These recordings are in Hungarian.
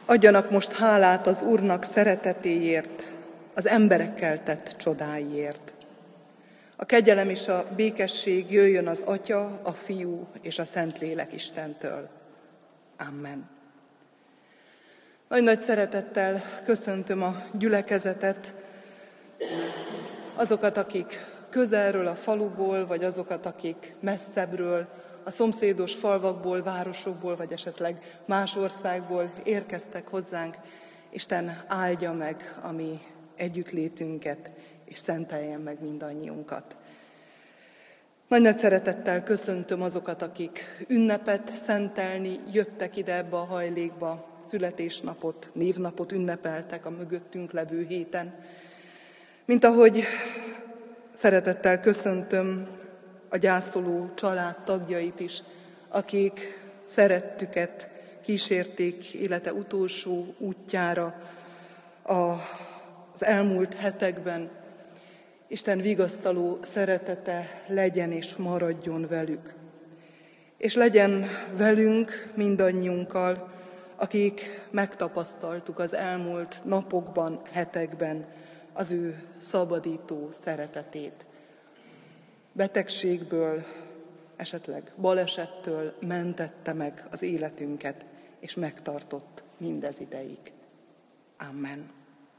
Adjanak most hálát az Úrnak szeretetéért, az emberekkel tett csodáiért. A kegyelem és a békesség jöjjön az Atya, a Fiú és a Szentlélek Istentől. Amen. Nagy-nagy szeretettel köszöntöm a gyülekezetet, azokat, akik közelről, a faluból, vagy azokat, akik messzebbről, a szomszédos falvakból, városokból, vagy esetleg más országból érkeztek hozzánk. Isten áldja meg a mi együttlétünket, és szenteljen meg mindannyiunkat. Nagy-nagy szeretettel köszöntöm azokat, akik ünnepet szentelni jöttek ide ebbe a hajlékba, születésnapot, névnapot ünnepeltek a mögöttünk levő héten. Mint ahogy szeretettel köszöntöm a gyászoló család tagjait is, akik szerettüket kísérték élete utolsó útjára az elmúlt hetekben. Isten vigasztaló szeretete legyen és maradjon velük. És legyen velünk mindannyiunkkal, akik megtapasztaltuk az elmúlt napokban, hetekben az ő szabadító szeretetét. Betegségből, esetleg balesettől mentette meg az életünket, és megtartott mindez ideig. Amen.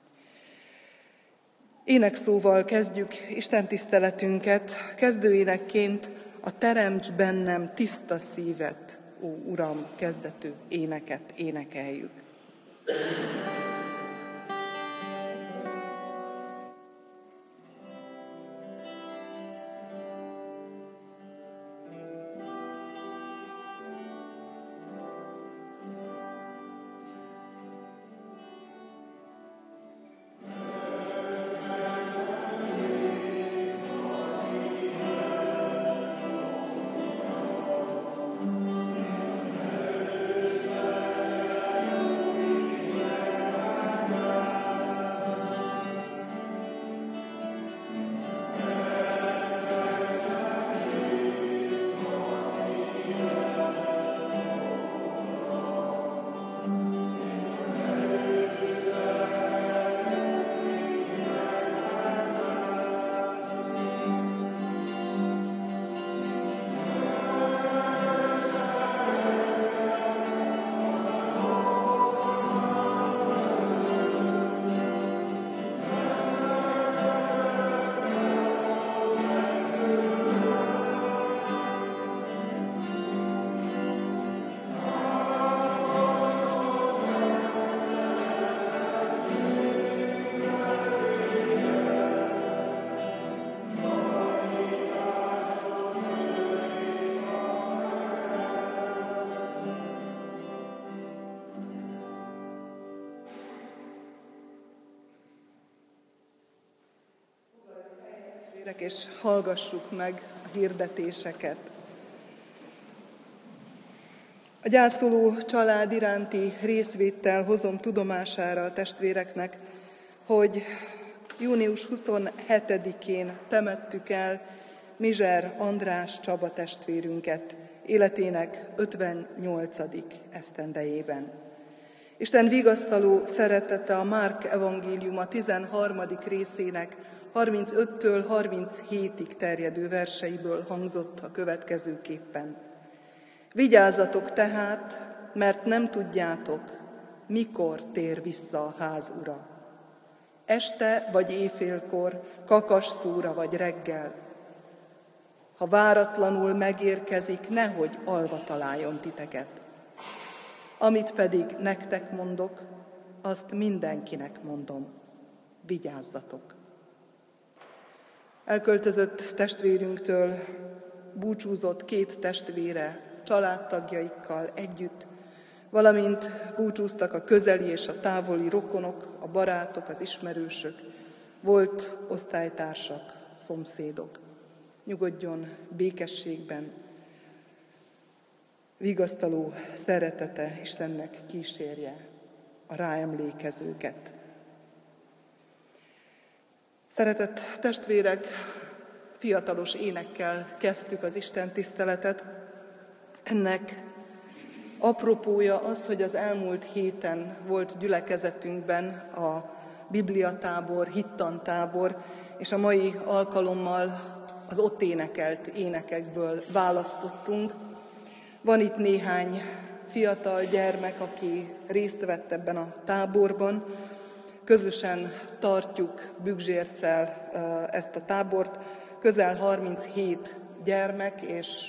Énekszóval kezdjük Isten tiszteletünket, kezdőénekként a Teremts bennem tiszta szívet, ó Uram, kezdetű éneket énekeljük. És hallgassuk meg a hirdetéseket. A gyászoló család iránti részvéttel hozom tudomására a testvéreknek, hogy június 27-én temettük el Mizser András Csaba testvérünket életének 58. esztendejében. Isten vigasztaló szeretete a Márk evangéliuma 13. részének 35-től 37-ig terjedő verseiből hangzott a következőképpen. Vigyázzatok tehát, mert nem tudjátok, mikor tér vissza a ház ura. Este vagy éjfélkor, kakasszóra vagy reggel. Ha váratlanul megérkezik, nehogy alva találjon titeket. Amit pedig nektek mondok, azt mindenkinek mondom. Vigyázzatok! Elköltözött testvérünktől búcsúzott 2 testvére családtagjaikkal együtt, valamint búcsúztak a közeli és a távoli rokonok, a barátok, az ismerősök, volt osztálytársak, szomszédok. Nyugodjon békességben, vigasztaló szeretete Istennek kísérje a ráemlékezőket. Szeretett testvérek, fiatalos énekkel kezdtük az Isten tiszteletet. Ennek apropója az, hogy az elmúlt héten volt gyülekezetünkben a bibliatábor, hittantábor, és a mai alkalommal az ott énekelt énekekből választottunk. Van itt néhány fiatal gyermek, aki részt vett ebben a táborban. Közösen tartjuk Bükzsérccel ezt a tábort. Közel 37 gyermek és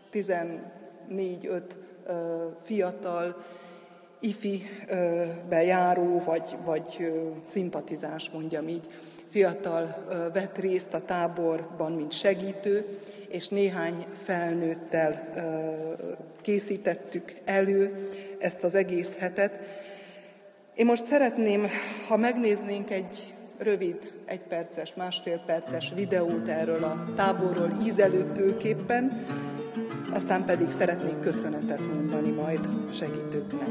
14-5 fiatal, ifi-be járó, vagy szimpatizáns, mondjam így, fiatal vett részt a táborban, mint segítő, és néhány felnőttel készítettük elő ezt az egész hetet. Én most szeretném, ha megnéznénk egy rövid, 1 perces, 1,5 perces videót erről a táborról ízelőtőképpen, aztán pedig szeretnék köszönetet mondani majd a segítőknek.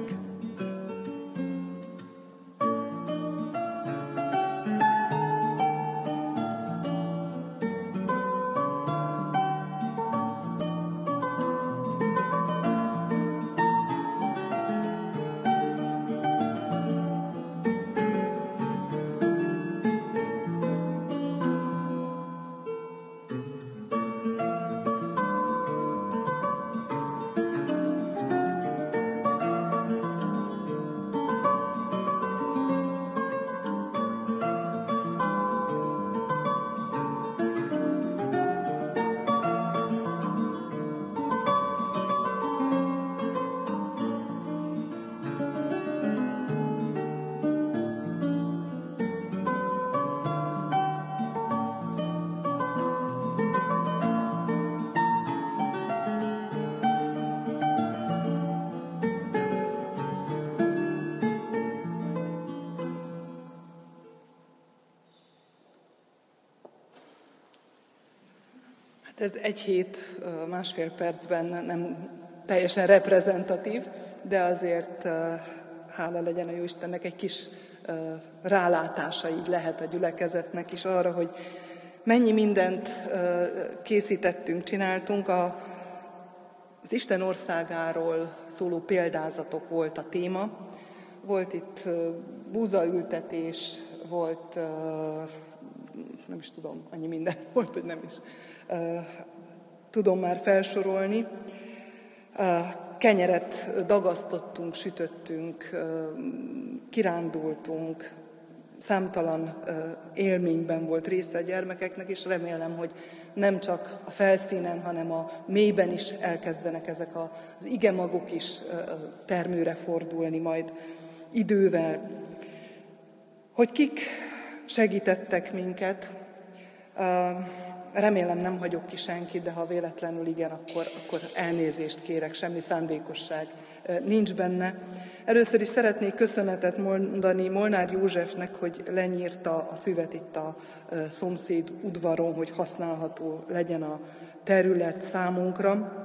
Ez 1 hét, 1,5 percben nem teljesen reprezentatív, de azért hála legyen a Jóistennek, egy kis rálátása így lehet a gyülekezetnek is arra, hogy mennyi mindent készítettünk, csináltunk. Az Isten országáról szóló példázatok volt a téma. Volt itt búzaültetés, volt, nem is tudom, annyi minden volt, hogy nem is tudom már felsorolni. Kenyeret dagasztottunk, sütöttünk, kirándultunk, számtalan élményben volt része a gyermekeknek, és remélem, hogy nem csak a felszínen, hanem a mélyben is elkezdenek ezek az igemagok is termőre fordulni majd idővel. Hogy kik segítettek minket, remélem nem hagyok ki senkit, de ha véletlenül igen, akkor elnézést kérek, semmi szándékosság nincs benne. Először is szeretnék köszönetet mondani Molnár Józsefnek, hogy lenyírta a füvet itt a szomszéd udvaron, hogy használható legyen a terület számunkra.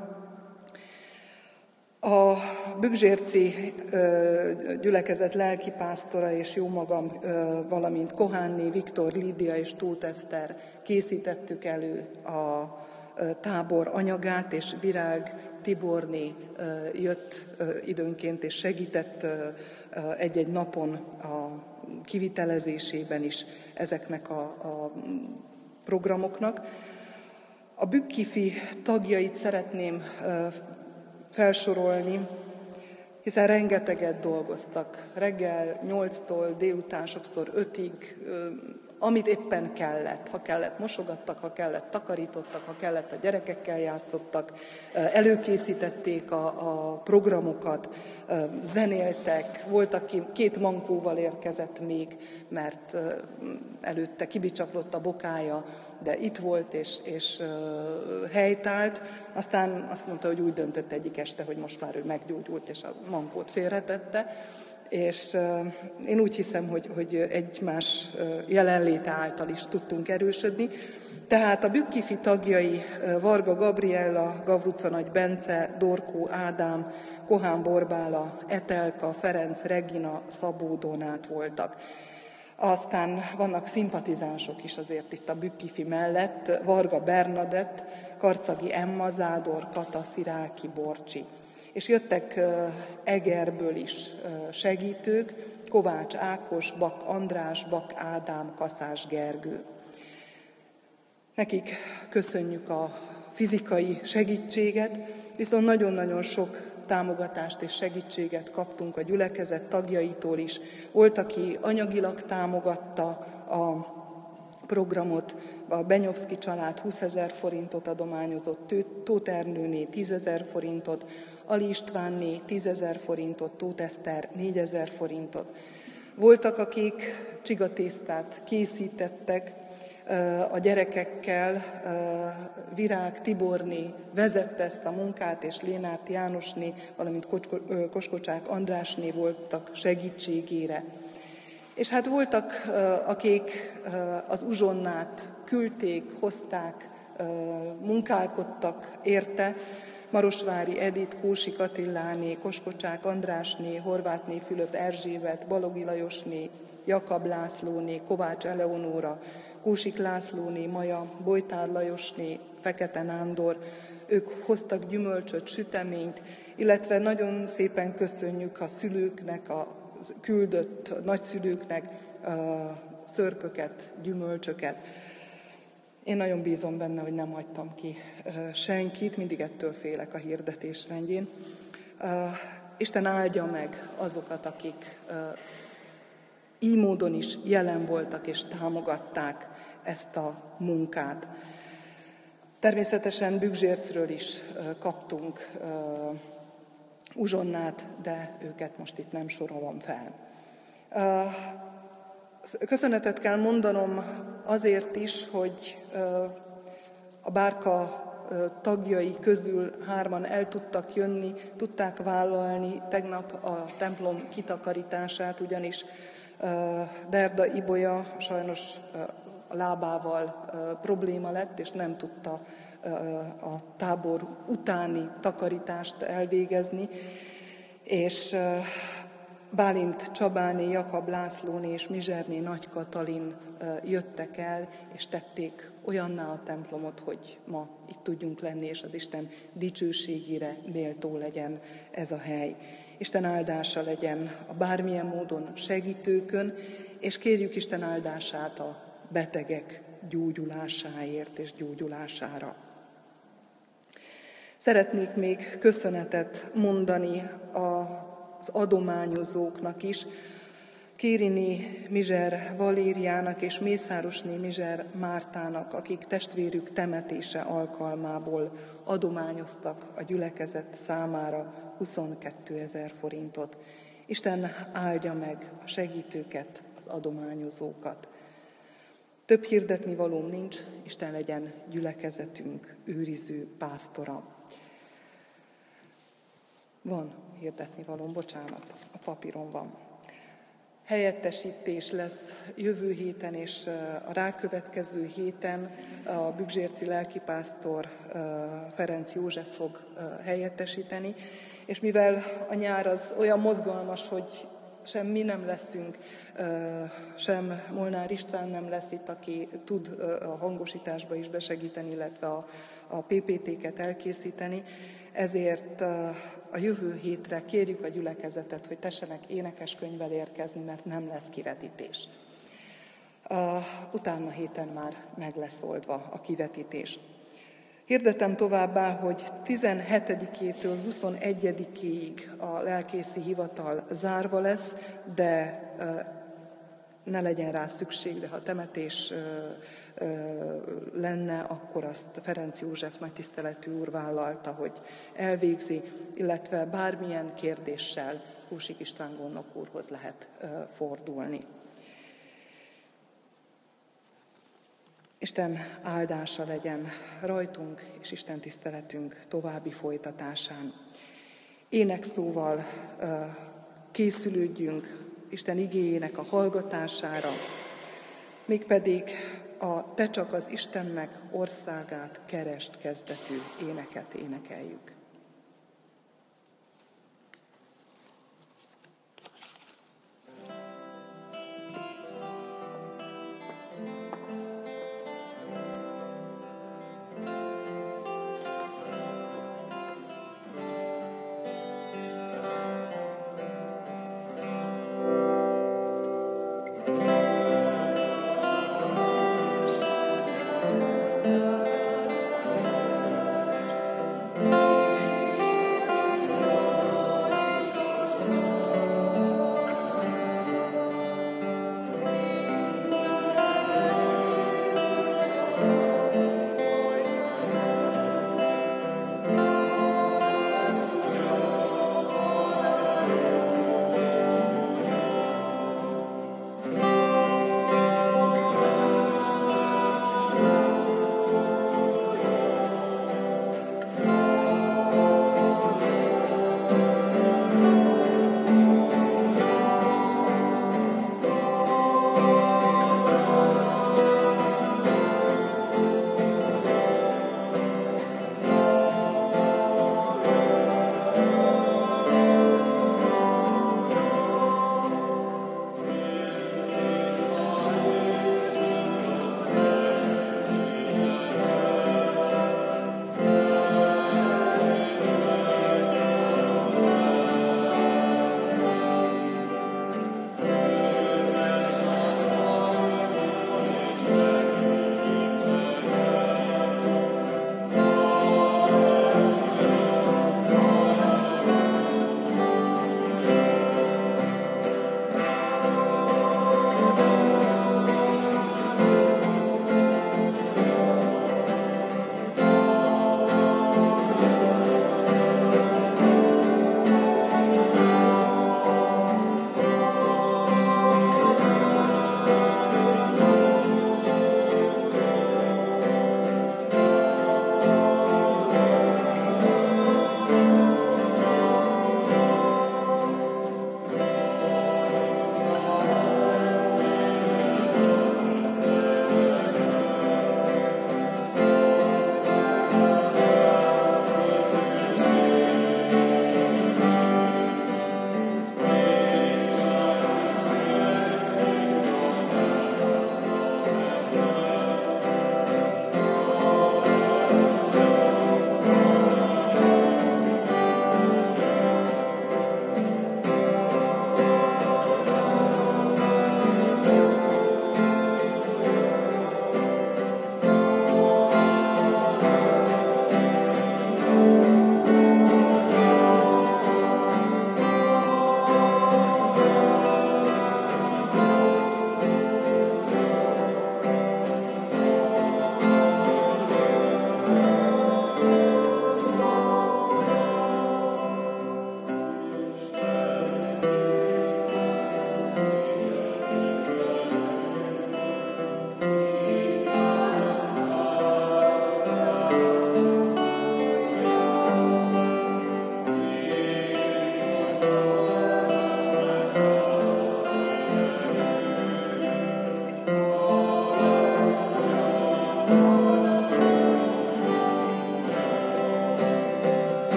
A bükzsérci gyülekezet lelkipásztora és jómagam, valamint Kohánné Viktor, Lídia és Tóth Eszter készítettük elő a tábor anyagát, és Virág Tiborné jött időnként és segített egy-egy napon a kivitelezésében is ezeknek a programoknak. A Bükkifi tagjait szeretném felsorolni, hiszen rengeteget dolgoztak. Reggel 8-tól délután sokszor 5-ig, amit éppen kellett. Ha kellett, mosogattak, ha kellett, takarítottak, ha kellett, a gyerekekkel játszottak, előkészítették a programokat, zenéltek, volt, aki 2 mankóval érkezett még, mert előtte kibicsaklott a bokája, de itt volt és helytált. Aztán azt mondta, hogy úgy döntött egyik este, hogy most már ő meggyógyult, és a mankót félretette. És én úgy hiszem, hogy egymás jelenléte által is tudtunk erősödni. Tehát a Bükkifi tagjai Varga Gabriella, Gavruca Nagy Bence, Dorkó Ádám, Kohán Borbála, Etelka, Ferenc, Regina, Szabó Donát voltak. Aztán vannak szimpatizánsok is azért itt a Bükkifi mellett, Varga Bernadett, Karcagi Emma, Zádor Kata, Sziráki Borcsi. És jöttek Egerből is segítők, Kovács Ákos, Bak András, Bak Ádám, Kaszás Gergő. Nekik köszönjük a fizikai segítséget, viszont nagyon-nagyon sok támogatást és segítséget kaptunk a gyülekezet tagjaitól is. Volt, aki anyagilag támogatta a programot, a Benyovszky család 20 000 forintot adományozott, Tóth Ernőné 10 000 forintot, Ali Istvánné 10 000 forintot, Tóth Eszter 4 000 forintot. Voltak, akik csigatésztát készítettek a gyerekekkel, Virág Tiborné vezette ezt a munkát, és Lénárt Jánosné, valamint Koskocsák Andrásné voltak segítségére. És hát voltak, akik az uzsonnát küldték, hozták, munkálkodtak érte, Marosvári Edit, Kósik Attiláné, Koskocsák Andrásné, Horvátné Fülöp Erzsébet, Balogi Lajosné, Jakab Lászlóné, Kovács Eleonóra, Kósik Lászlóné, Maja, Bojtár Lajosné, Fekete Nándor, ők hoztak gyümölcsöt, süteményt, illetve nagyon szépen köszönjük a szülőknek, a küldött nagyszülőknek szörpöket, gyümölcsöket. Én nagyon bízom benne, hogy nem hagytam ki senkit, mindig ettől félek a hirdetés rendjén. Isten áldja meg azokat, akik így módon is jelen voltak és támogatták ezt a munkát. Természetesen Bükzsércről is kaptunk uzsonnát, de őket most itt nem sorolom fel. Köszönetet kell mondanom azért is, hogy a bárka tagjai közül 3 el tudtak jönni, tudták vállalni tegnap a templom kitakarítását, ugyanis Derda Ibolya sajnos a lábával probléma lett, és nem tudta a tábor utáni takarítást elvégezni, és Bálint Csabáné, Jakab Lászlóné és Mizserné Nagy Katalin jöttek el, és tették olyanná a templomot, hogy ma itt tudjunk lenni, és az Isten dicsőségére méltó legyen ez a hely. Isten áldása legyen a bármilyen módon segítőkön, és kérjük Isten áldását a betegek gyógyulásáért és gyógyulására. Szeretnék még köszönetet mondani az adományozóknak is, Kériné Mizser Valériának és Mészárosné Mizser Mártának, akik testvérük temetése alkalmából adományoztak a gyülekezet számára 22 000 forintot. Isten áldja meg a segítőket, az adományozókat. Több hirdetnivalóm nincs, Isten legyen gyülekezetünk őriző pásztora. Van hirdetnivalóm, bocsánat, a papíron van. Helyettesítés lesz jövő héten és a rákövetkező héten. A bükzsérci lelkipásztor Ferenc József fog helyettesíteni, és mivel a nyár az olyan mozgalmas, hogy sem mi nem leszünk, sem Molnár István nem lesz itt, aki tud a hangosításba is besegíteni, illetve a PPT-ket elkészíteni, ezért a jövő hétre kérjük a gyülekezetet, hogy tessenek énekeskönyvvel érkezni, mert nem lesz kivetítés. Utána héten már meg lesz oldva a kivetítés. Hirdetem továbbá, hogy 17-től 21-ig a lelkészi hivatal zárva lesz, de ne legyen rá szükség, de ha temetés lenne, akkor azt Ferenc József nagytiszteletű úr vállalta, hogy elvégzi, illetve bármilyen kérdéssel Kósik István gondnok úrhoz lehet fordulni. Isten áldása legyen rajtunk és Isten tiszteletünk további folytatásán. Énekszóval készülődjünk Isten igéjének a hallgatására, mégpedig a Te csak az Istennek országát keresd kezdetű éneket énekeljük.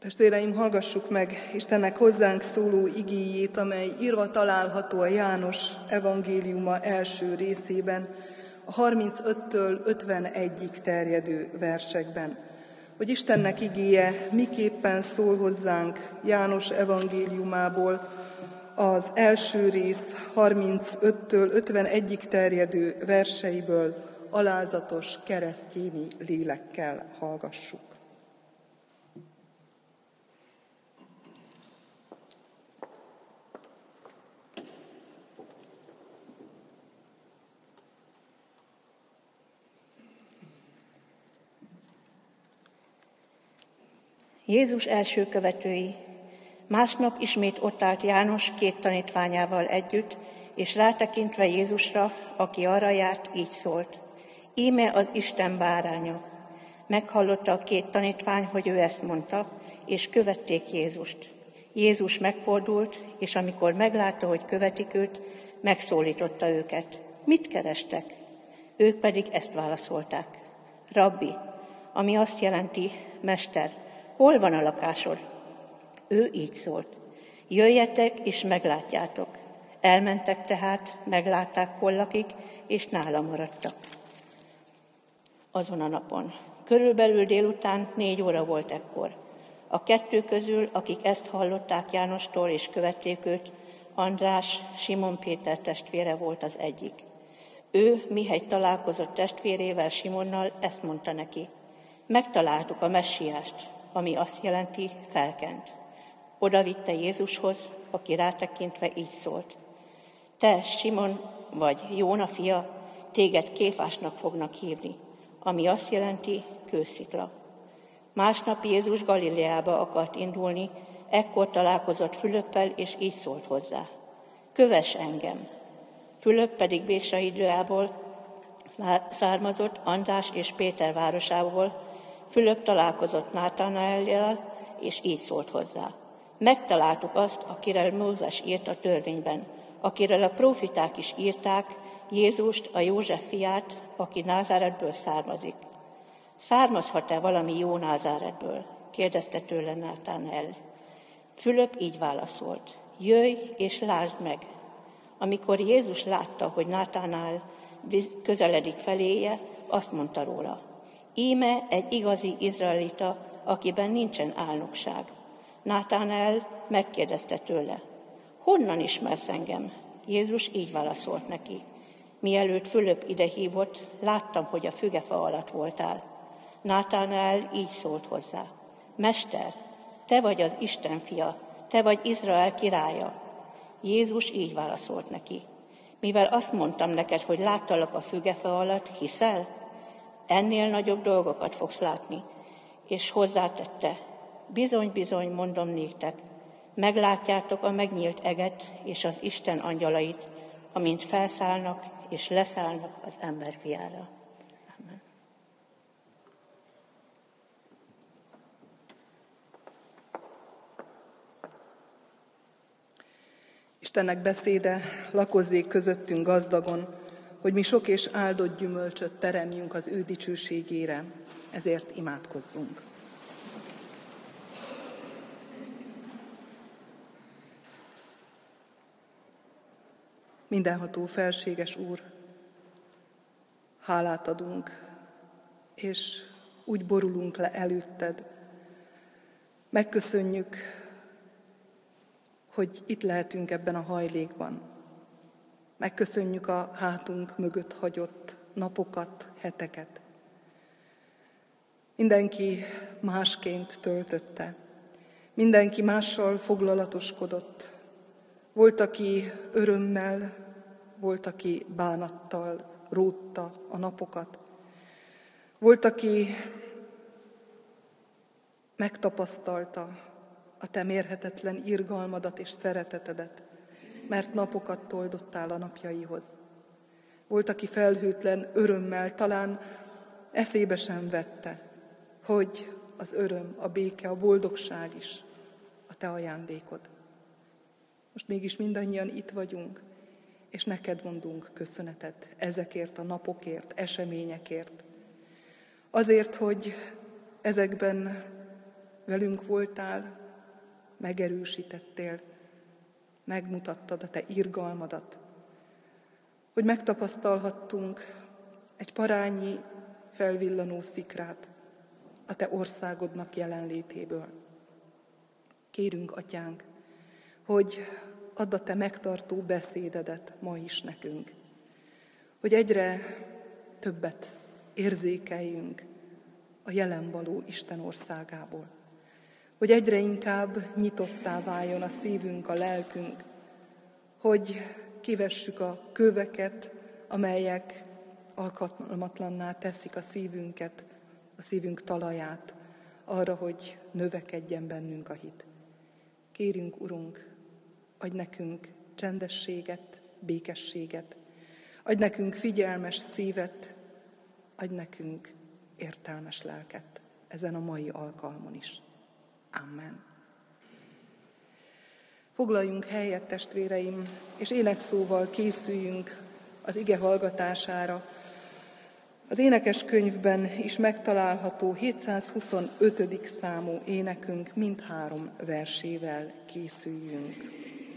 Testvéreim, hallgassuk meg Istennek hozzánk szóló igéjét, amely írva található a János evangéliuma első részében, a 35-től 51-ig terjedő versekben. Hogy Istennek igéje miképpen szól hozzánk János evangéliumából, az első rész 35-től 51-ig terjedő verseiből alázatos keresztjéni lélekkel hallgassuk. Jézus első követői. Másnap ismét ott állt János 2 tanítványával együtt, és rátekintve Jézusra, aki arra járt, így szólt: Íme az Isten báránya. Meghallotta a 2 tanítvány, hogy ő ezt mondta, és követték Jézust. Jézus megfordult, és amikor meglátta, hogy követik őt, megszólította őket. Mit kerestek? Ők pedig ezt válaszolták: Rabbi, ami azt jelenti, Mester, hol van a lakásod? Ő így szólt: Jöjjetek és meglátjátok. Elmentek tehát, meglátták, hol lakik, és nála maradtak. Azon a napon. Körülbelül délután 4 óra volt ekkor. A 2 közül, akik ezt hallották Jánostól és követték őt, András, Simon Péter testvére volt az egyik. Ő, mihegy találkozott testvérével, Simonnal, ezt mondta neki: Megtaláltuk a Messiást, ami azt jelenti, felkent. Oda vitte Jézushoz, aki rátekintve így szólt: Te, Simon vagy Jóna fia, téged Kéfásnak fognak hívni, ami azt jelenti, kőszikla. Másnap Jézus Galileába akart indulni, ekkor találkozott Fülöppel, és így szólt hozzá: Kövess engem! Fülöpp pedig Bésaidőából származott, András és Péter városából. Fülöpp találkozott Nátanaellel, és így szólt hozzá: Megtaláltuk azt, akiről Mózes írt a törvényben, akiről a prófiták is írták, Jézust, a József fiát, aki Názáretből származik. Származhat-e valami jó Názáretből? Kérdezte tőle Nátanael. Fülöpp így válaszolt: Jöjj és lásd meg! Amikor Jézus látta, hogy Nátanael közeledik feléje, azt mondta róla: Íme egy igazi izraelita, akiben nincsen álnokság. Nátanael megkérdezte tőle: Honnan ismersz engem? Jézus így válaszolt neki: Mielőtt Fülöpp ide hívott, láttam, hogy a fügefa alatt voltál. Nátanael így szólt hozzá: Mester, te vagy az Isten fia, te vagy Izrael királya. Jézus így válaszolt neki: Mivel azt mondtam neked, hogy láttalak a fügefa alatt, hiszel? Ennél nagyobb dolgokat fogsz látni. És hozzátette: Bizony, bizony, mondom néktek, meglátjátok a megnyílt eget és az Isten angyalait, amint felszállnak és leszállnak az ember fiára. Amen. Istennek beszéde lakozzék közöttünk gazdagon, hogy mi sok és áldott gyümölcsöt teremjünk az ő dicsőségére, ezért imádkozzunk. Mindenható felséges Úr, hálát adunk, és úgy borulunk le előtted. Megköszönjük, hogy itt lehetünk ebben a hajlékban. Megköszönjük a hátunk mögött hagyott napokat, heteket. Mindenki másként töltötte. Mindenki mással foglalatoskodott. Volt, aki örömmel, volt, aki bánattal rótta a napokat. Volt, aki megtapasztalta a te mérhetetlen irgalmadat és szeretetedet, mert napokat toldottál a napjaihoz. Volt, aki felhőtlen örömmel talán eszébe sem vette, hogy az öröm, a béke, a boldogság is a te ajándékod. Most mégis mindannyian itt vagyunk, és neked mondunk köszönetet ezekért a napokért, eseményekért. Azért, hogy ezekben velünk voltál, megerősítettél, megmutattad a te irgalmadat, hogy megtapasztalhattunk egy parányi felvillanó szikrát a te országodnak jelenlétéből. Kérünk, Atyánk, hogy add a te megtartó beszédedet ma is nekünk, hogy egyre többet érzékeljünk a jelen való Isten országából, hogy egyre inkább nyitottá váljon a szívünk, a lelkünk, hogy kivessük a köveket, amelyek alkalmatlanná teszik a szívünket, a szívünk talaját arra, hogy növekedjen bennünk a hit. Kérünk, Urunk, adj nekünk csendességet, békességet, adj nekünk figyelmes szívet, adj nekünk értelmes lelket ezen a mai alkalmon is. Amen. Foglaljunk helyet, testvéreim, és énekszóval készüljünk az ige hallgatására. Az énekeskönyvben is megtalálható 725. számú énekünk mindhárom versével készüljünk.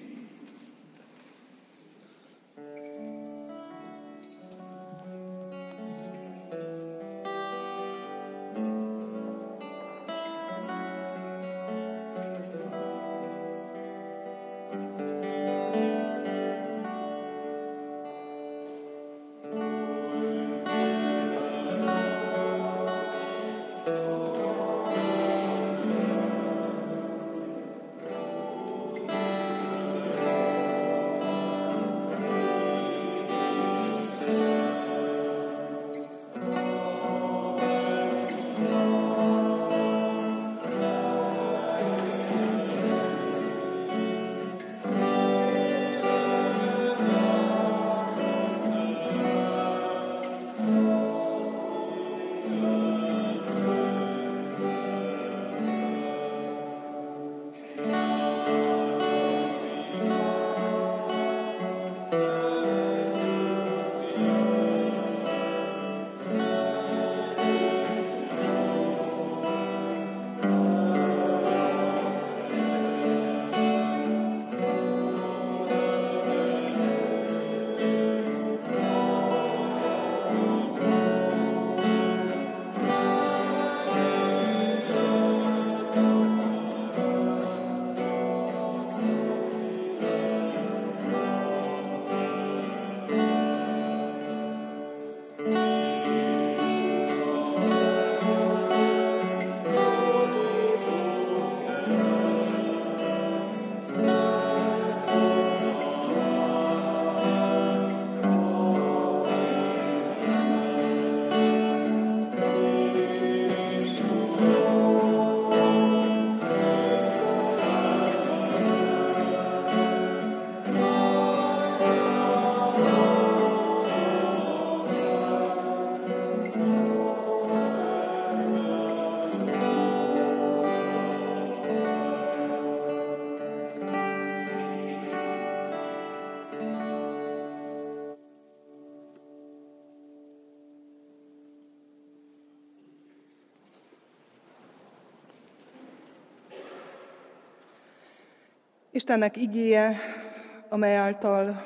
Istennek igéje, amely által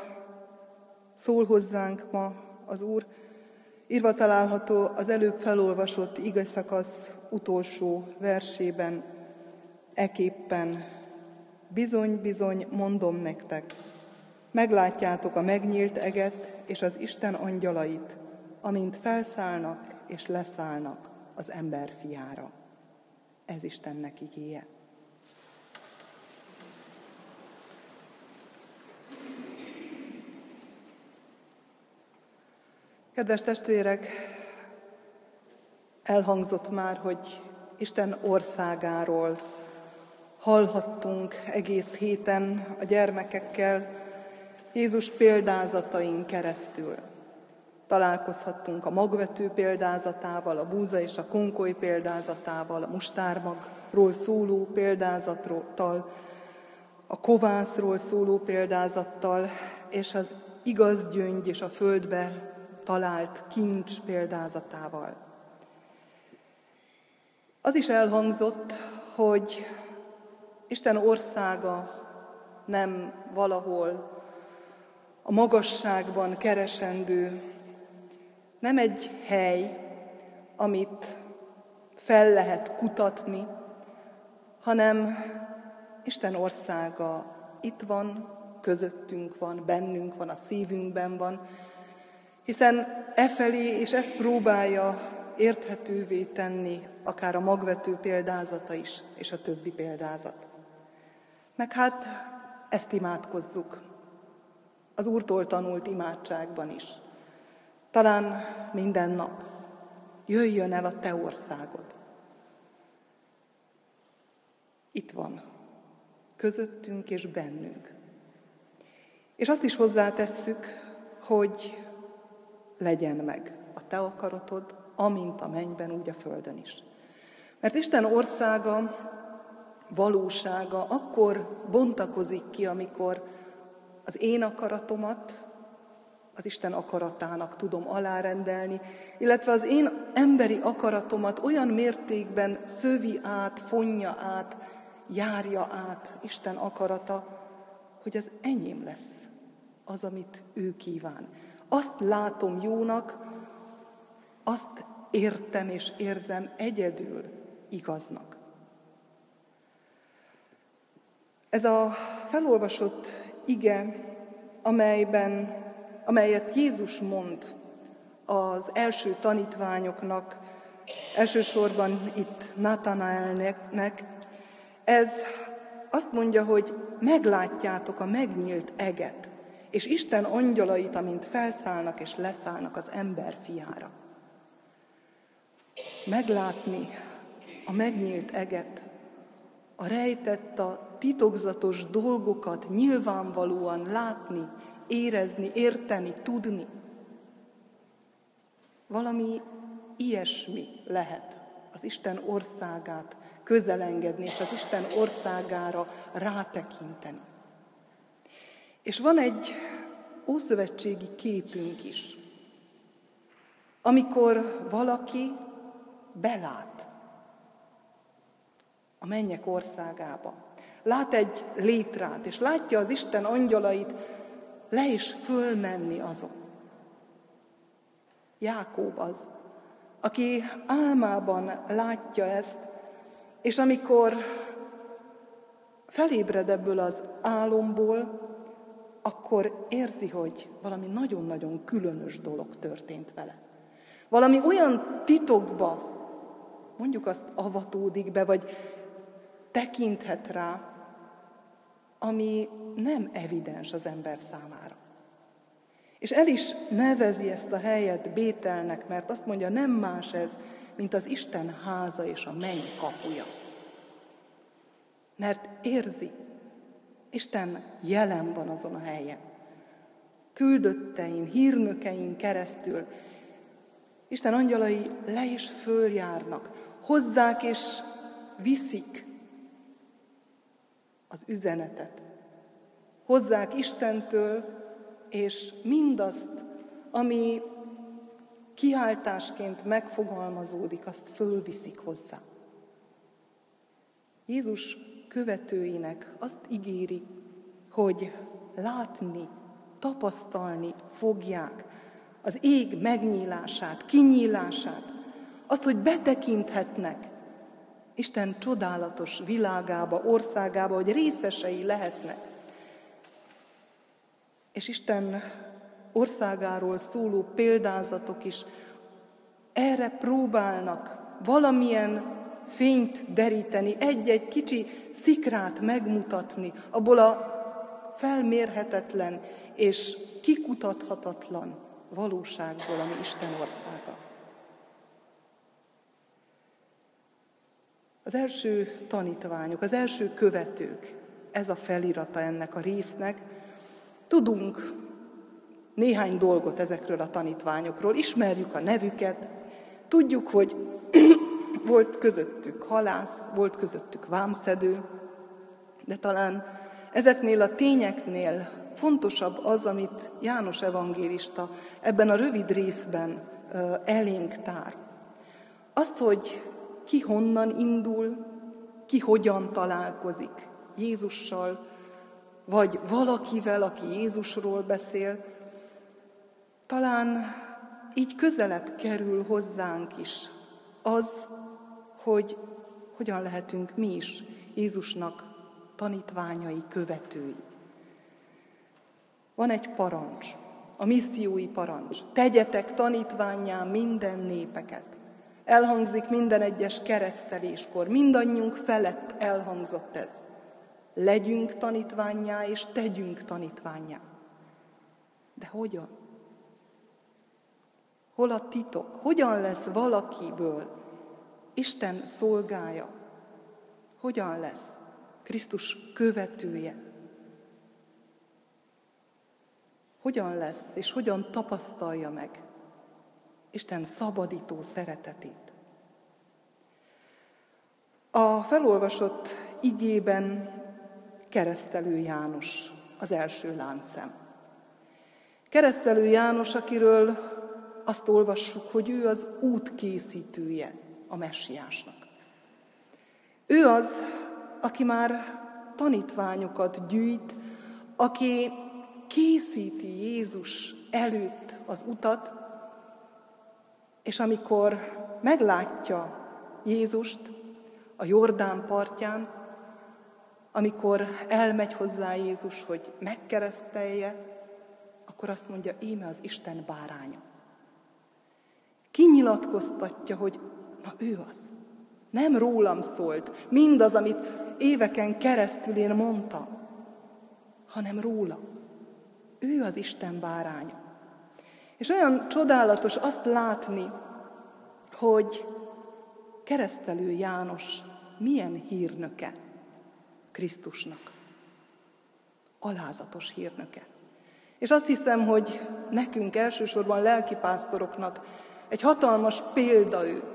szól hozzánk ma az Úr, írva található az előbb felolvasott igeszakasz utolsó versében, eképpen: bizony, bizony, mondom nektek, meglátjátok a megnyílt eget és az Isten angyalait, amint felszállnak és leszállnak az ember fiára. Ez Istennek igéje. Kedves testvérek, elhangzott már, hogy Isten országáról hallhattunk egész héten a gyermekekkel, Jézus példázatain keresztül. Találkozhattunk a magvető példázatával, a búza és a konkoly példázatával, a mustármagról szóló példázattal, a kovászról szóló példázattal, és az igaz gyöngy és a földbe talált kincs példázatával. Az is elhangzott, hogy Isten országa nem valahol a magasságban keresendő, nem egy hely, amit fel lehet kutatni, hanem Isten országa itt van, közöttünk van, bennünk van, a szívünkben van, hiszen efelé, és ezt próbálja érthetővé tenni, akár a magvető példázata is, és a többi példázat. Meg hát ezt imádkozzuk, az Úrtól tanult imádságban is. Talán minden nap jöjjön el a te országod. Itt van, közöttünk és bennünk. És azt is hozzátesszük, hogy legyen meg a te akaratod, amint a mennyben, úgy a földön is. Mert Isten országa, valósága akkor bontakozik ki, amikor az én akaratomat az Isten akaratának tudom alárendelni, illetve az én emberi akaratomat olyan mértékben szövi át, fonja át, járja át Isten akarata, hogy az enyém lesz az, amit ő kíván. Azt látom jónak, azt értem és érzem egyedül igaznak. Ez a felolvasott ige, amelyet Jézus mond az első tanítványoknak, elsősorban itt Natanaelnek, ez azt mondja, hogy meglátjátok a megnyílt eget, és Isten angyalait, amint felszállnak és leszállnak az ember fiára. Meglátni a megnyílt eget, a rejtett, a titokzatos dolgokat nyilvánvalóan látni, érezni, érteni, tudni. Valami ilyesmi lehet az Isten országát közelengedni, és az Isten országára rátekinteni. És van egy ószövetségi képünk is, amikor valaki belát a mennyek országába. Lát egy létrát, és látja az Isten angyalait le és fölmenni azon. Jákób az, aki álmában látja ezt, és amikor felébred ebből az álomból, akkor érzi, hogy valami nagyon-nagyon különös dolog történt vele. Valami olyan titokba, mondjuk azt avatódik be, vagy tekinthet rá, ami nem evidens az ember számára. És el is nevezi ezt a helyet Bételnek, mert azt mondja, nem más ez, mint az Isten háza és a menny kapuja. Mert érzi, Isten jelen van azon a helyen. Küldöttein, hírnökein keresztül Isten angyalai le és följárnak, hozzák és viszik az üzenetet. Hozzák Istentől, és mindazt, ami kiáltásként megfogalmazódik, azt fölviszik hozzá. Jézus követőinek azt ígéri, hogy látni, tapasztalni fogják az ég megnyílását, kinyílását, azt, hogy betekinthetnek Isten csodálatos világába, országába, hogy részesei lehetnek. És Isten országáról szóló példázatok is erre próbálnak valamilyen fényt deríteni, egy-egy kicsi szikrát megmutatni, abból a felmérhetetlen és kikutathatatlan valóságból, ami Isten országa. Az első tanítványok, az első követők, ez a felirata ennek a résznek. Tudunk néhány dolgot ezekről a tanítványokról, ismerjük a nevüket, tudjuk, hogy volt közöttük halász, volt közöttük vámszedő, de talán ezeknél a tényeknél fontosabb az, amit János evangélista ebben a rövid részben elénk tár. Azt, hogy ki honnan indul, ki hogyan találkozik Jézussal, vagy valakivel, aki Jézusról beszél, talán így közelebb kerül hozzánk is az, hogy hogyan lehetünk mi is Jézusnak tanítványai, követői. Van egy parancs, a missziói parancs. Tegyetek tanítvánnyá minden népeket. Elhangzik minden egyes kereszteléskor, mindannyiunk felett elhangzott ez. Legyünk tanítvánnyá és tegyünk tanítvánnyá. De hogyan? Hol a titok? Hogyan lesz valakiből Isten szolgája? Hogyan lesz Krisztus követője? Hogyan lesz és hogyan tapasztalja meg Isten szabadító szeretetét? A felolvasott igében Keresztelő János az első láncszem. Keresztelő János, akiről azt olvassuk, hogy ő az útkészítője a messiásnak. Ő az, aki már tanítványokat gyűjt, aki készíti Jézus előtt az utat, és amikor meglátja Jézust a Jordán partján, amikor elmegy hozzá Jézus, hogy megkeresztelje, akkor azt mondja, íme az Isten báránya. Kinyilatkoztatja, hogy na ő az. Nem rólam szólt mindaz, amit éveken keresztül én mondtam, hanem róla. Ő az Isten báránya. És olyan csodálatos azt látni, hogy Keresztelő János milyen hírnöke Krisztusnak. Alázatos hírnöke. És azt hiszem, hogy nekünk elsősorban lelkipásztoroknak egy hatalmas példa ő,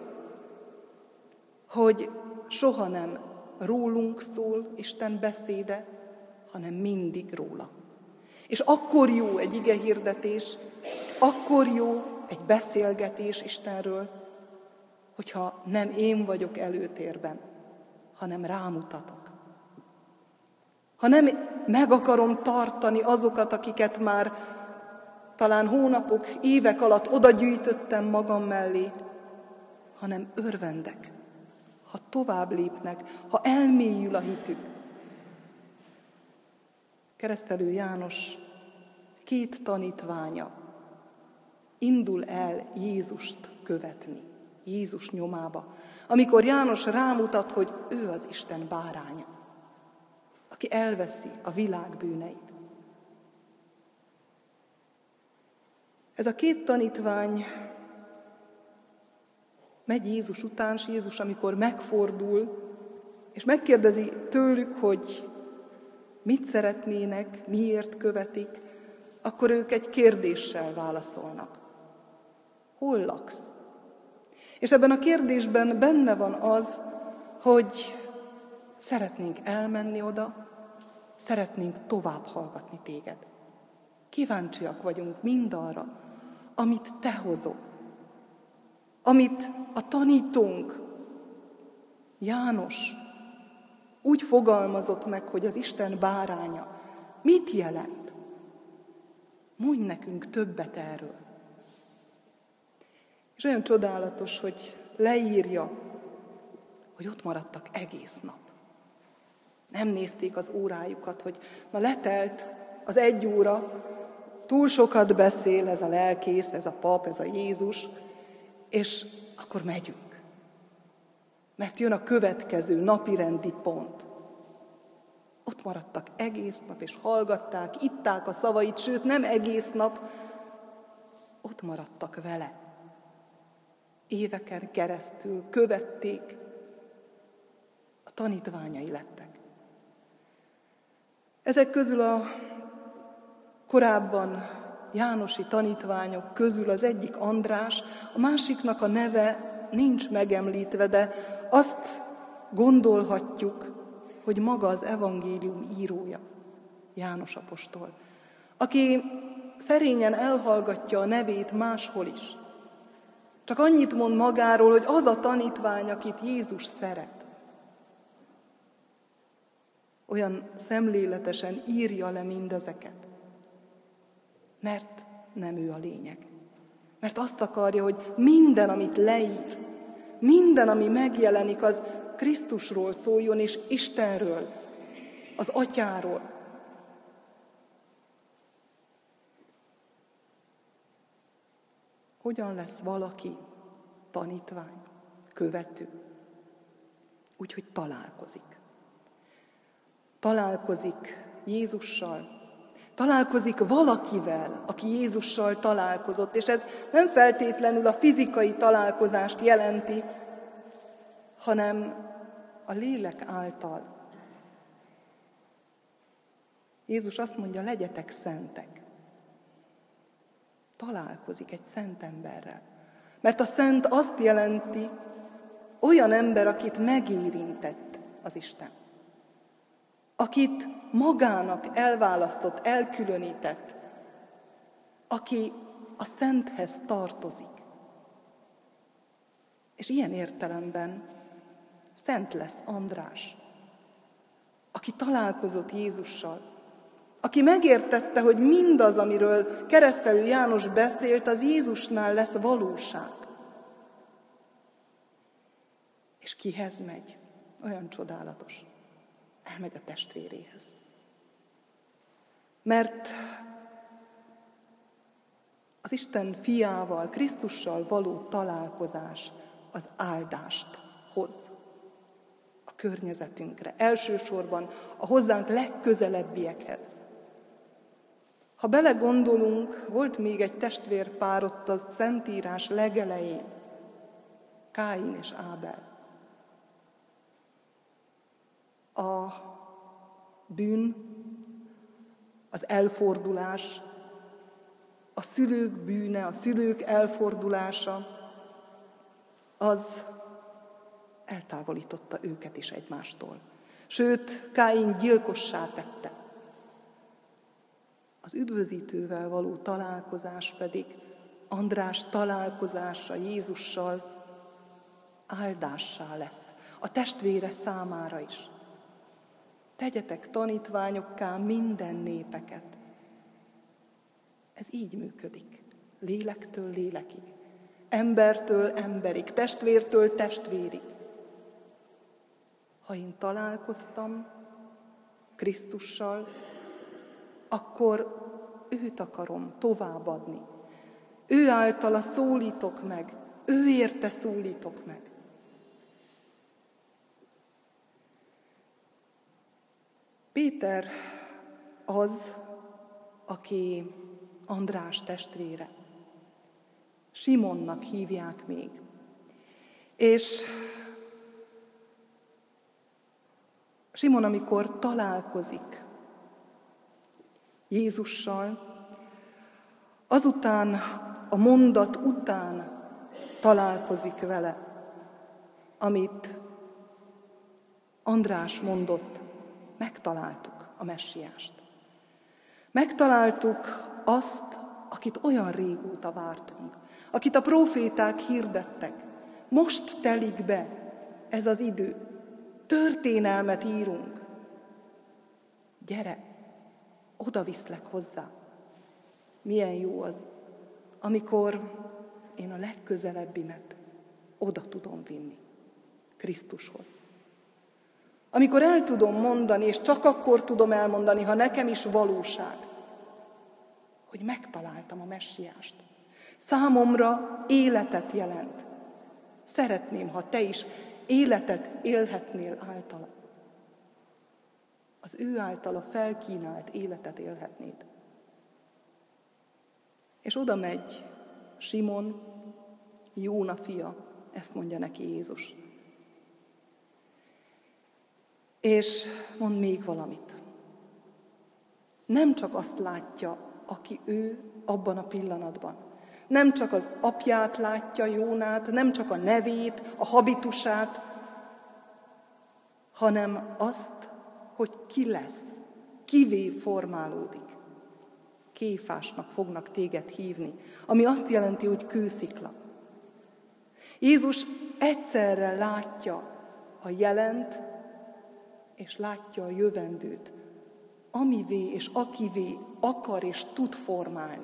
hogy soha nem rólunk szól Isten beszéde, hanem mindig róla. És akkor jó egy igehirdetés, akkor jó egy beszélgetés Istenről, hogyha nem én vagyok előtérben, hanem rámutatok. Ha nem meg akarom tartani azokat, akiket már talán hónapok, évek alatt oda gyűjtöttem magam mellé, hanem örvendek, ha tovább lépnek, ha elmélyül a hitük. Keresztelő János 2 tanítványa indul el Jézust követni, Jézus nyomába, amikor János rámutat, hogy ő az Isten báránya, aki elveszi a világ bűneit. Ez a 2 tanítvány megy Jézus után, és Jézus, amikor megfordul, és megkérdezi tőlük, hogy mit szeretnének, miért követik, akkor ők egy kérdéssel válaszolnak. Hol laksz? És ebben a kérdésben benne van az, hogy szeretnénk elmenni oda, szeretnénk tovább hallgatni téged. Kíváncsiak vagyunk mindarra, amit te hozol, amit a tanítónk, János úgy fogalmazott meg, hogy az Isten báránya. Mit jelent? Mondj nekünk többet erről. És olyan csodálatos, hogy leírja, hogy ott maradtak egész nap. Nem nézték az órájukat, hogy na letelt az 1 óra, túl sokat beszél ez a lelkész, ez a pap, ez a Jézus, és akkor megyünk. Mert jön a következő napirendi pont. Ott maradtak egész nap, és hallgatták, itták a szavait, sőt nem egész nap, ott maradtak vele. Éveken keresztül követték, a tanítványai lettek. Ezek közül a korábban jánosi tanítványok közül az egyik András, a másiknak a neve nincs megemlítve, de azt gondolhatjuk, hogy maga az evangélium írója, János apostol, aki szerényen elhallgatja a nevét máshol is. Csak annyit mond magáról, hogy az a tanítvány, akit Jézus szeret. olyan szemléletesen írja le mindezeket? Mert nem ő a lényeg. Mert azt akarja, hogy minden, amit leír, minden, ami megjelenik, az Krisztusról szóljon, és Istenről, az Atyáról. Hogyan lesz valaki tanítvány, követő? Úgyhogy találkozik. Találkozik Jézussal, találkozik valakivel, aki Jézussal találkozott, és ez nem feltétlenül a fizikai találkozást jelenti, hanem a lélek által. Jézus azt mondja, legyetek szentek. Találkozik egy szent emberrel. Mert a szent azt jelenti, olyan ember, akit megérintett az Isten. Akit magának elválasztott, elkülönített, aki a szenthez tartozik. És ilyen értelemben szent lesz András, aki találkozott Jézussal, aki megértette, hogy mindaz, amiről Keresztelő János beszélt, az Jézusnál lesz valóság. És kihez megy? Olyan csodálatos. Elmegy a testvéréhez. Mert az Isten fiával, Krisztussal való találkozás az áldást hoz a környezetünkre, elsősorban a hozzánk legközelebbiekhez. Ha belegondolunk, volt még egy testvérpár ott a Szentírás legelején, Káin és Ábel. A bűn, az elfordulás, a szülők bűne, a szülők elfordulása, az eltávolította őket is egymástól. Sőt, Káin gyilkossá tette. Az üdvözítővel való találkozás pedig, András találkozása Jézussal áldássá lesz a testvére számára is. Tegyetek tanítványokká minden népeket. Ez így működik. Lélektől lélekig. Embertől emberig. Testvértől testvérig. Ha én találkoztam Krisztussal, akkor őt akarom továbbadni. Ő általa szólítok meg. Ő érte szólítok meg. Péter az, aki András testvére. Simonnak hívják még. És Simon, amikor találkozik Jézussal, azután, a mondat után találkozik vele, amit András mondott, megtaláltuk a Messiást. Megtaláltuk azt, akit olyan régóta vártunk, akit a próféták hirdettek. Most telik be ez az idő. Történelmet írunk. Gyere, oda viszlek hozzá. Milyen jó az, amikor én a legközelebbimet oda tudom vinni, Krisztushoz. Amikor el tudom mondani, és csak akkor tudom elmondani, ha nekem is valóság, hogy megtaláltam a Messiást. Számomra életet jelent. Szeretném, ha te is életet élhetnél általa. Az ő általa felkínált életet élhetnéd. És oda megy Simon, Jóna fia, ezt mondja neki Jézus. És mond még valamit. Nem csak azt látja, aki ő abban a pillanatban. Nem csak az apját látja, Jónát, nem csak a nevét, a habitusát, hanem azt, hogy ki lesz, kivé formálódik. Kéfásnak fognak téged hívni, ami azt jelenti, hogy kőszikla. Jézus egyszerre látja a jelent és látja a jövendőt, amivé és akivé akar és tud formálni.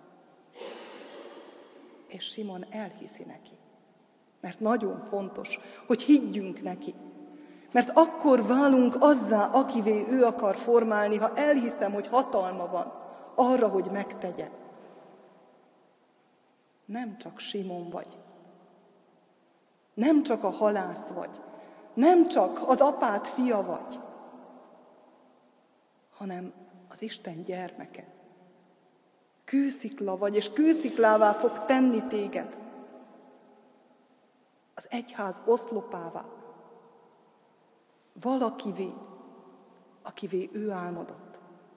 És Simon elhiszi neki. Mert nagyon fontos, hogy higgyünk neki. Mert akkor válunk azzá, akivé ő akar formálni, ha elhiszem, hogy hatalma van arra, hogy megtegye. Nem csak Simon vagy. Nem csak a halász vagy. Nem csak az apád fia vagy, hanem az Isten gyermeke. Kőszikla vagy, és kősziklává fog tenni téged. Az egyház oszlopává. Valakivé, akivé ő álmodott.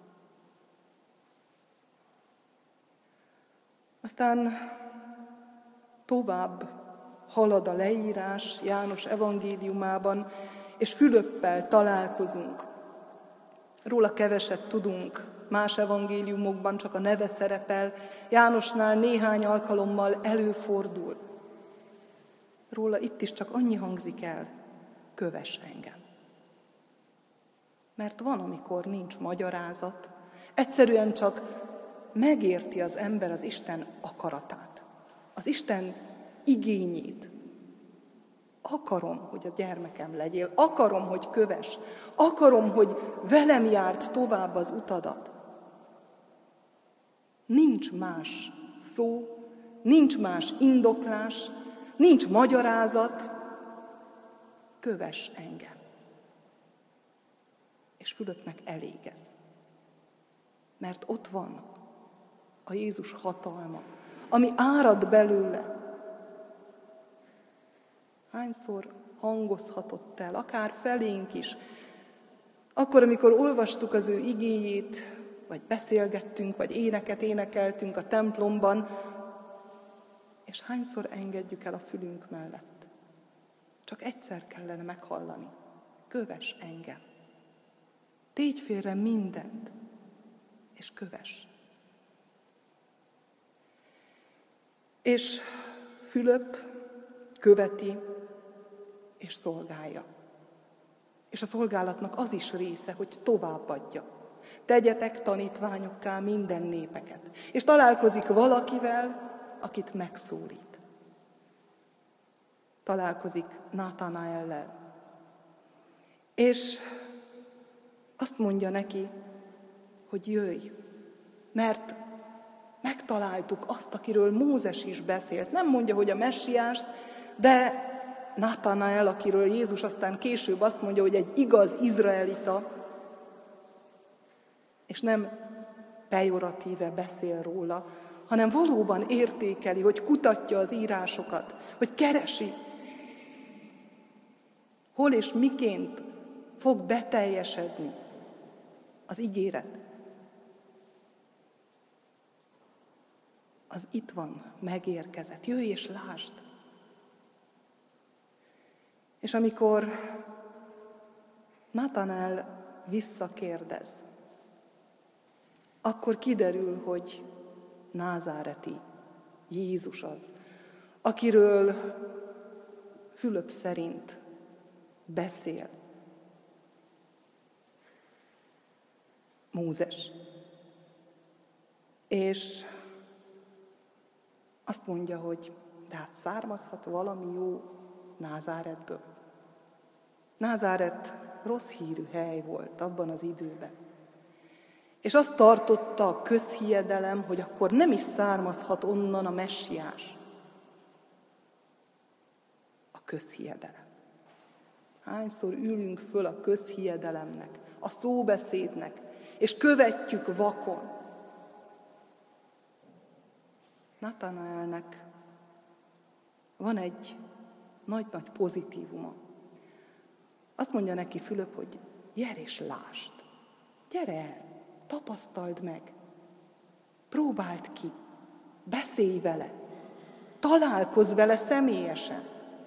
Aztán tovább halad a leírás János evangéliumában, és Fülöppel találkozunk. Róla keveset tudunk, más evangéliumokban csak a neve szerepel, Jánosnál néhány alkalommal előfordul. Róla itt is csak annyi hangzik el, kövess engem. Mert van, amikor nincs magyarázat, egyszerűen csak megérti az ember az Isten akaratát, az Isten igényét. Akarom, hogy a gyermekem legyél, akarom, hogy kövess, akarom, hogy velem járd tovább az utadat. Nincs más szó, nincs más indoklás, nincs magyarázat, kövess engem. És Fülöpnek elég ez. Mert ott van a Jézus hatalma, ami árad belőle. Hányszor hangozhatott el, akár felénk is, akkor, amikor olvastuk az ő igéjét, vagy beszélgettünk, vagy éneket énekeltünk a templomban, és hányszor engedjük el a fülünk mellett. Csak egyszer kellene meghallani. Kövess engem. Tégy félre mindent, és kövess. És Fülöp követi, és szolgálja. És a szolgálatnak az is része, hogy továbbadja. Tegyetek tanítványokká minden népeket. És találkozik valakivel, akit megszólít. Találkozik Natanaellel. És azt mondja neki, hogy jöjj, mert megtaláltuk azt, akiről Mózes is beszélt. Nem mondja, hogy a messiást, de Natanael, akiről Jézus aztán később azt mondja, hogy egy igaz izraelita, és nem pejoratíve beszél róla, hanem valóban értékeli, hogy kutatja az írásokat, hogy keresi, hol és miként fog beteljesedni az ígéret. Az itt van, megérkezett. Jöjj és lásd! És amikor Natanael visszakérdez, akkor kiderül, hogy názáreti Jézus az, akiről Fülöp szerint beszél Mózes. És azt mondja, hogy de hát származhat valami jó Názáretből. Názáret rossz hírű hely volt abban az időben. És azt tartotta a közhiedelem, hogy akkor nem is származhat onnan a messiás. A közhiedelem. Hányszor ülünk föl a közhiedelemnek, a szóbeszédnek, és követjük vakon. Natanaelnek van egy nagy-nagy pozitívuma. Azt mondja neki Fülöp, hogy gyere és lásd. Gyere el, tapasztald meg. Próbáld ki, beszélj vele, találkozz vele személyesen.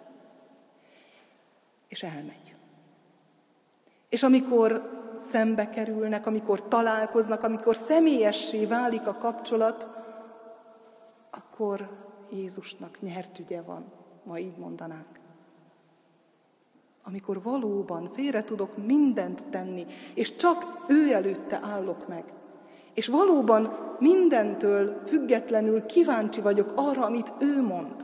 És elmegy. És amikor szembe kerülnek, amikor találkoznak, amikor személyessé válik a kapcsolat, akkor Jézusnak nyert ügye van, ma így mondanánk. amikor valóban félre tudok mindent tenni, és csak ő előtte állok meg, és valóban mindentől függetlenül kíváncsi vagyok arra, amit ő mond,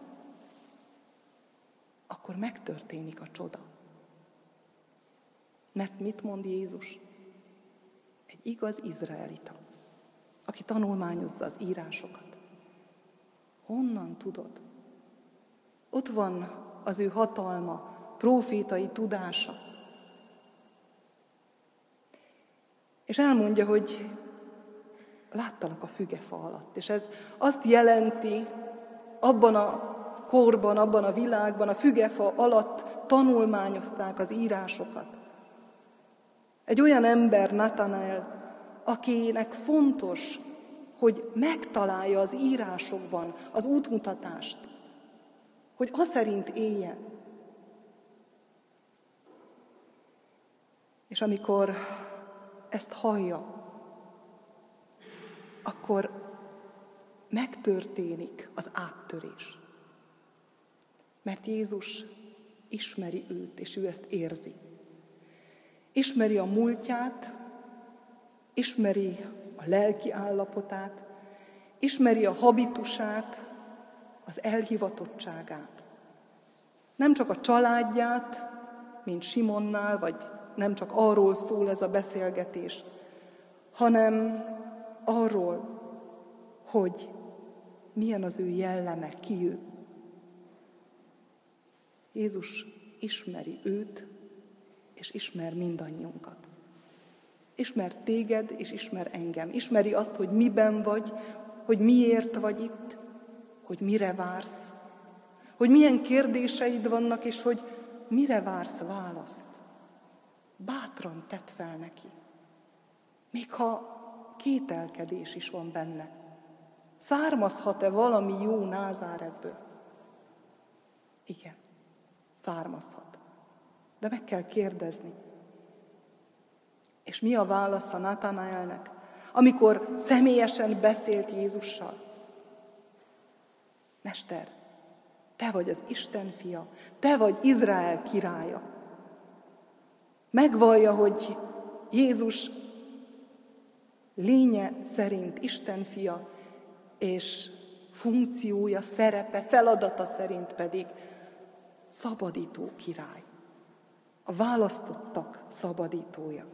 akkor megtörténik a csoda. Mert mit mond Jézus? Egy igaz izraelita, aki tanulmányozza az írásokat. Honnan tudod? Ott van az ő hatalma, prófétai tudása. És elmondja, hogy láttalak a fügefa alatt. És ez azt jelenti, abban a korban, abban a világban, a fügefa alatt tanulmányozták az írásokat. Egy olyan ember, Natanael, akinek fontos, hogy megtalálja az írásokban az útmutatást, hogy az szerint éljen. És amikor ezt hallja, akkor megtörténik az áttörés. Mert Jézus ismeri őt, és ő ezt érzi. Ismeri a múltját, ismeri a lelki állapotát, ismeri a habitusát, az elhivatottságát. Nem csak a családját, mint Simonnál, vagy nem csak arról szól ez a beszélgetés, hanem arról, hogy milyen az ő jelleme, ki ő. Jézus ismeri őt, és ismer mindannyiunkat. Ismer téged, és ismer engem. Ismeri azt, hogy miben vagy, hogy miért vagy itt, hogy mire vársz, hogy milyen kérdéseid vannak, és hogy mire vársz választ. Bátran tedd fel neki. Még ha kételkedés is van benne. Származhat-e valami jó Názáretből? Igen, származhat. De meg kell kérdezni. És mi a válasz a Natanaelnek, amikor személyesen beszélt Jézussal? Mester, te vagy az Isten fia, te vagy Izrael királya. Megvallja, hogy Jézus lénye szerint Isten fia, és funkciója, szerepe, feladata szerint pedig szabadító király. A választottak szabadítója.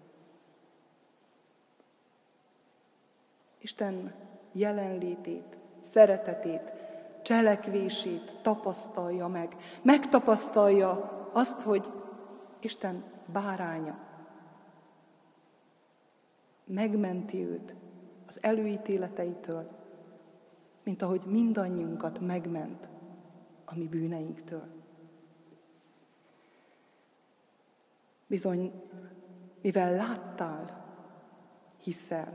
Isten jelenlétét, szeretetét, cselekvését tapasztalja meg. Megtapasztalja azt, hogy Isten báránya. Megmenti őt az előítéleteitől, mint ahogy mindannyiunkat megment a mi bűneinktől. Bizony, mivel láttál, hiszel.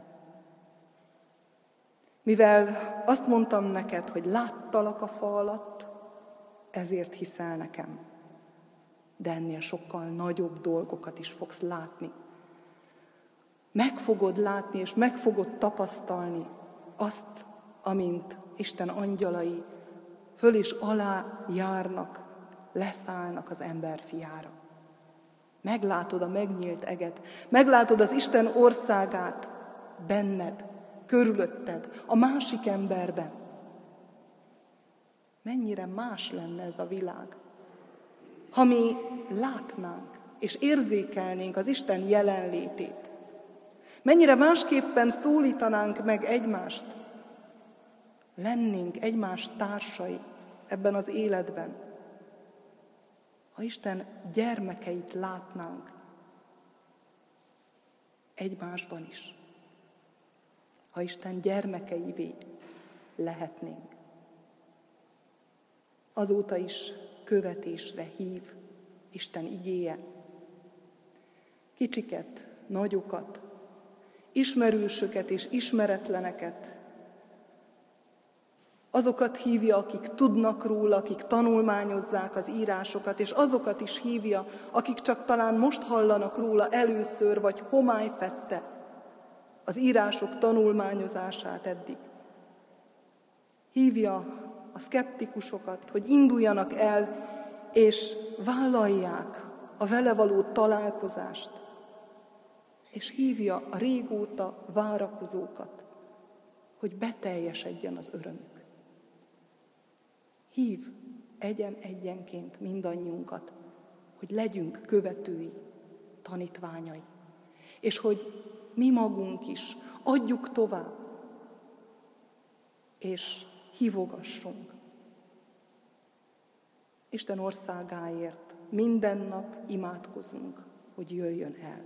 Mivel azt mondtam neked, hogy láttalak a fa alatt, ezért hiszel nekem. De ennél sokkal nagyobb dolgokat is fogsz látni. Meg fogod látni, és meg fogod tapasztalni azt, amint Isten angyalai föl és alá járnak, leszállnak az ember fiára. Meglátod a megnyílt eget, meglátod az Isten országát benned, körülötted, a másik emberben. Mennyire más lenne ez a világ, ha mi látnánk és érzékelnénk az Isten jelenlétét. Mennyire másképpen szólítanánk meg egymást, lennénk egymás társai ebben az életben, ha Isten gyermekeit látnánk egymásban is, ha Isten gyermekeivé lehetnénk. Azóta is követésre hív Isten igéje. Kicsiket, nagyokat, ismerősöket és ismeretleneket, azokat hívja, akik tudnak róla, akik tanulmányozzák az írásokat, és azokat is hívja, akik csak talán most hallanak róla először, vagy homály fedte az írások tanulmányozását eddig. Hívja a szkeptikusokat, hogy induljanak el, és vállalják a vele való találkozást, és hívja a régóta várakozókat, hogy beteljesedjen az örömük. Hív egyenként mindannyiunkat, hogy legyünk követői, tanítványai, és hogy mi magunk is adjuk tovább, és hívogassunk. Isten országáért minden nap imádkozunk, hogy jöjjön el.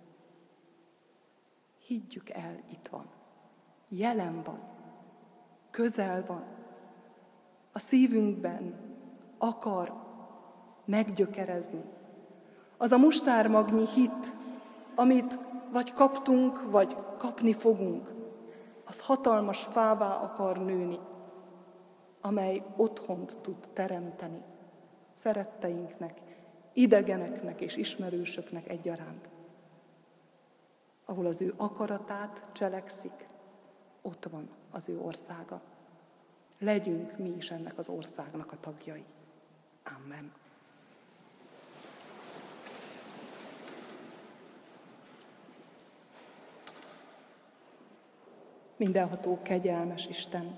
Higgyük el, itt van, jelen van, közel van, a szívünkben akar meggyökerezni. Az a mustármagnyi hit, amit vagy kaptunk, vagy kapni fogunk, az hatalmas fává akar nőni, amely otthont tud teremteni szeretteinknek, idegeneknek és ismerősöknek egyaránt. Ahol az ő akaratát cselekszik, ott van az ő országa. Legyünk mi is ennek az országnak a tagjai. Amen. Mindenható, kegyelmes Isten,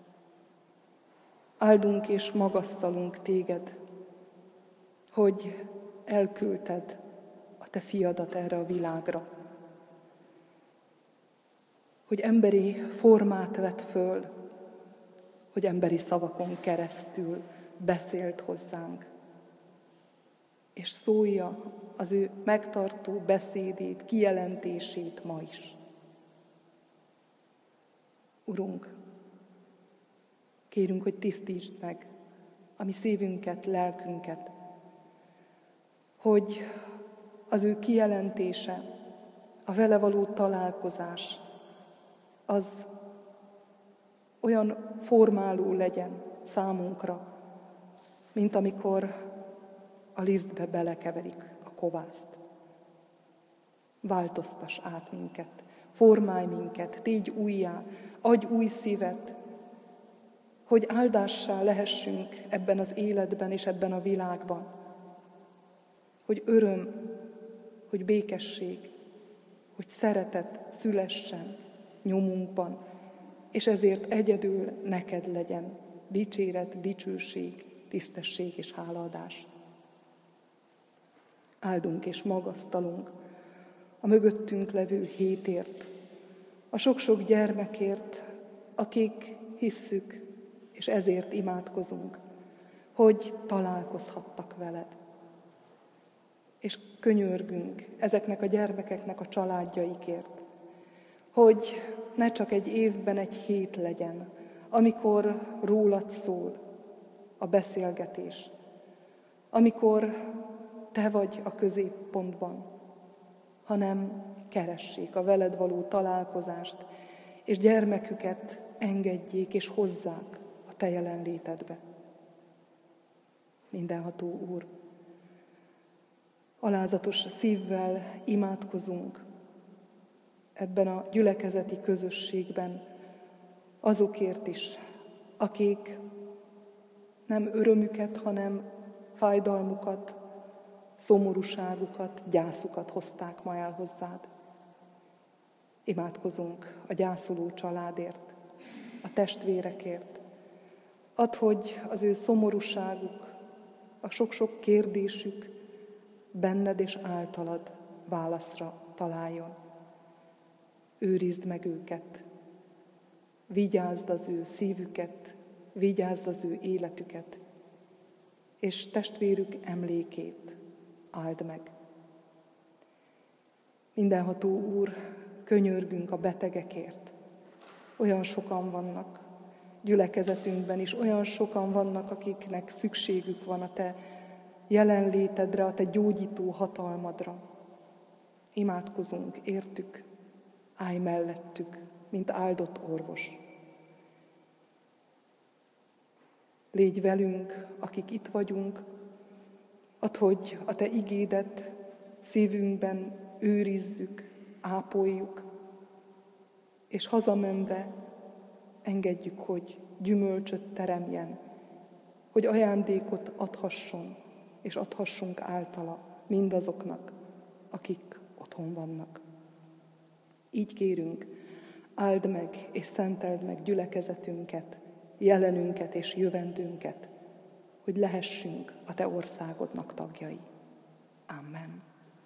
áldunk és magasztalunk téged, hogy elküldted a te fiadat erre a világra, hogy emberi formát vett föl, hogy emberi szavakon keresztül beszélt hozzánk, és szólja az ő megtartó beszédét, kijelentését ma is. Urunk, kérünk, hogy tisztítsd meg a mi szívünket, lelkünket, hogy az ő kijelentése, a vele való találkozás, az olyan formáló legyen számunkra, mint amikor a lisztbe belekeverik a kovászt. Változtass át minket, formálj minket, tégy újjá, adj új szívet, hogy áldássá lehessünk ebben az életben és ebben a világban. Hogy öröm, hogy békesség, hogy szeretet szülessen nyomunkban, és ezért egyedül neked legyen dicséret, dicsőség, tisztesség és hálaadás. Áldunk és magasztalunk a mögöttünk levő hétért, a sok-sok gyermekért, akik hisszük, és ezért imádkozunk, hogy találkozhattak veled. És könyörgünk ezeknek a gyermekeknek a családjaikért, hogy ne csak egy évben egy hét legyen, amikor rólad szól a beszélgetés, amikor te vagy a középpontban, hanem keressék a veled való találkozást, és gyermeküket engedjék és hozzák a te jelenlétedbe. Mindenható Úr, alázatos szívvel imádkozunk ebben a gyülekezeti közösségben azokért is, akik nem örömüket, hanem fájdalmukat, szomorúságukat, gyászukat hozták ma el hozzád. Imádkozunk a gyászoló családért, a testvérekért. Add, hogy az ő szomorúságuk, a sok-sok kérdésük benned és általad válaszra találjon. Őrizd meg őket, vigyázd az ő szívüket, vigyázd az ő életüket, és testvérük emlékét áld meg. Mindenható Úr, könyörgünk a betegekért. Olyan sokan vannak gyülekezetünkben is, olyan sokan vannak, akiknek szükségük van a te jelenlétedre, a te gyógyító hatalmadra. Imádkozunk értük, állj mellettük, mint áldott orvos. Légy velünk, akik itt vagyunk, add, hogy a te igédet szívünkben őrizzük, ápoljuk, és hazamenve engedjük, hogy gyümölcsöt teremjen, hogy ajándékot adhasson, és adhassunk általa mindazoknak, akik otthon vannak. Így kérünk, áld meg és szenteld meg gyülekezetünket, jelenünket és jövendőnket, hogy lehessünk a Te országodnak tagjai. Amen.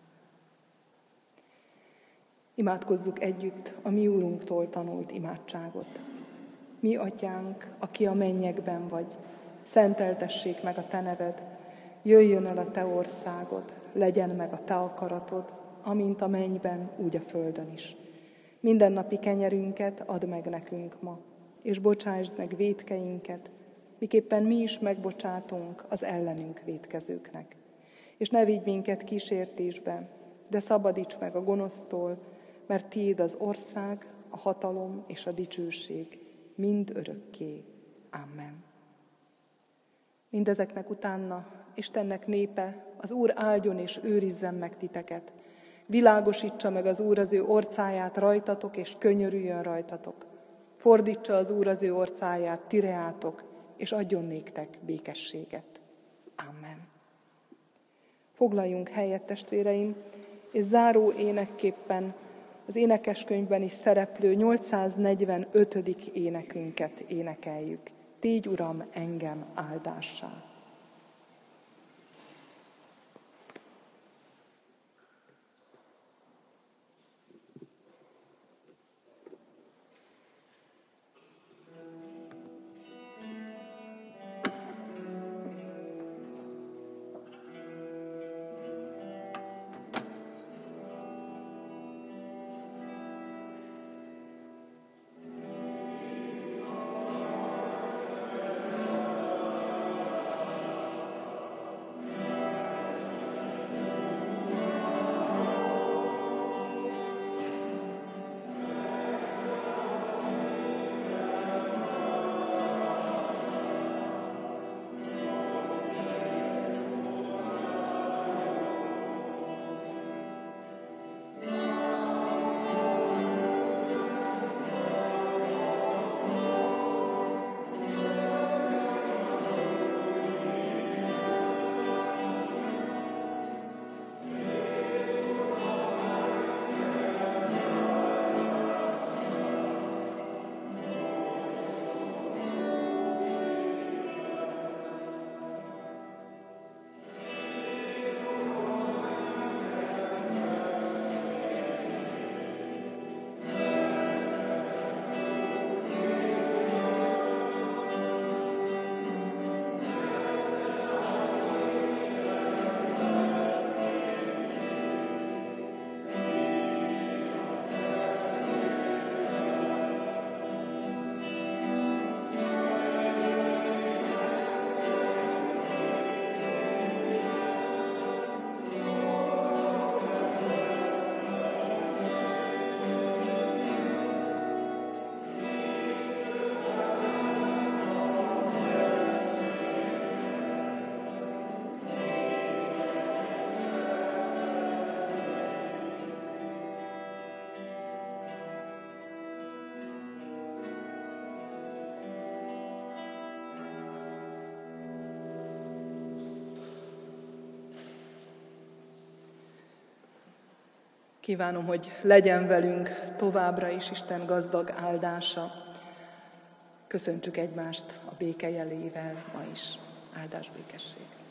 Imádkozzuk együtt a mi Úrunktól tanult imádságot. Mi Atyánk, aki a mennyekben vagy, szenteltessék meg a Te neved, jöjjön el a Te országod, legyen meg a Te akaratod, amint a mennyben, úgy a földön is. Mindennapi kenyerünket add meg nekünk ma, és bocsásd meg vétkeinket, miképpen mi is megbocsátunk az ellenünk vétkezőknek. És ne vigy minket kísértésbe, de szabadíts meg a gonosztól, mert Tiéd az ország, a hatalom és a dicsőség mind örökké. Amen. Mindezeknek utána Istennek népe, az Úr áldjon és őrizzen meg titeket. Világosítsa meg az Úr az ő orcáját rajtatok, és könyörüljön rajtatok. Fordítsa az Úr az ő orcáját tireátok, és adjon néktek békességet. Amen. Foglaljunk helyet, testvéreim, és záró énekképpen az énekeskönyvben is szereplő 845. énekünket énekeljük. Tégy, Uram, engem áldássá. Kívánom, hogy legyen velünk továbbra is Isten gazdag áldása. Köszöntsük egymást a béke jelével ma is. Áldás, békesség!